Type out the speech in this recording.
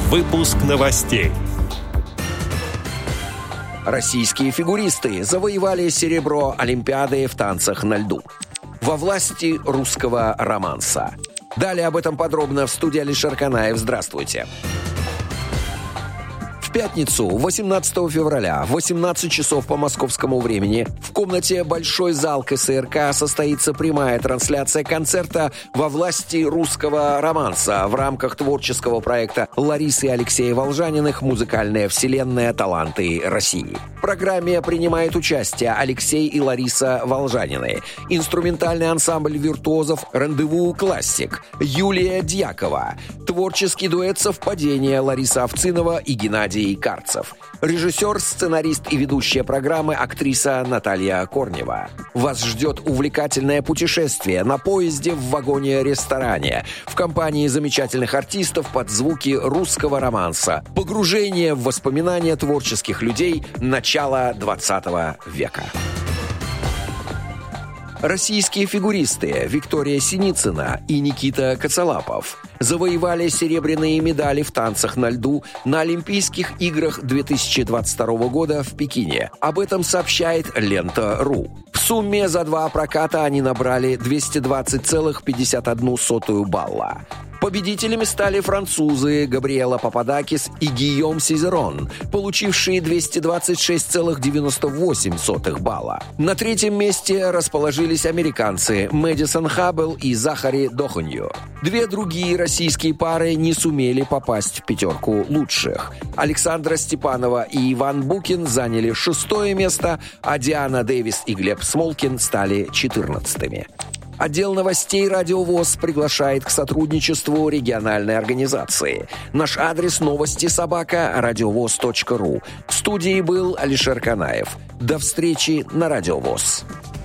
Выпуск новостей. Российские фигуристы завоевали серебро Олимпиады в танцах на льду. Во власти русского романса. Далее об этом подробно в студии Алишер Канаев. Здравствуйте. В пятницу, 18 февраля, в 18 часов по московскому времени, в комнате «Большой зал» КСРК состоится прямая трансляция концерта «Во власти русского романса» в рамках творческого проекта Ларисы и Алексея Волжаниных «Музыкальная вселенная. Таланты России». В программе принимает участие Алексей и Лариса Волжанины, инструментальный ансамбль виртуозов «Рандеву Классик», Юлия Дьякова, творческий дуэт «Совпадение» Лариса Овцинова и Геннадий Карцев, режиссер, сценарист и ведущая программы актриса Наталья Корнева. Вас ждет увлекательное путешествие на поезде в вагоне-ресторане в компании замечательных артистов под звуки русского романса. Погружение в воспоминания творческих людей начала 20 века. Российские фигуристы Виктория Синицына и Никита Коцалапов завоевали серебряные медали в танцах на льду на Олимпийских играх 2022 года в Пекине. Об этом сообщает Лента.ру. В сумме за два проката они набрали 220,51 балла. Победителями стали французы Габриэла Пападакис и Гийом Сизерон, получившие 226,98 балла. На третьем месте расположились американцы Мэдисон Хаббл и Захари Дохонью. Две другие российские пары не сумели попасть в пятерку лучших. Александра Степанова и Иван Букин заняли 6-е место, а Диана Дэвис и Глеб Смолкин стали 14-ми. Отдел новостей «Радио ВОС» приглашает к сотрудничеству региональной организации. Наш адрес новости@радиовоз.ру. В студии был Алишер Канаев. До встречи на «Радио ВОС».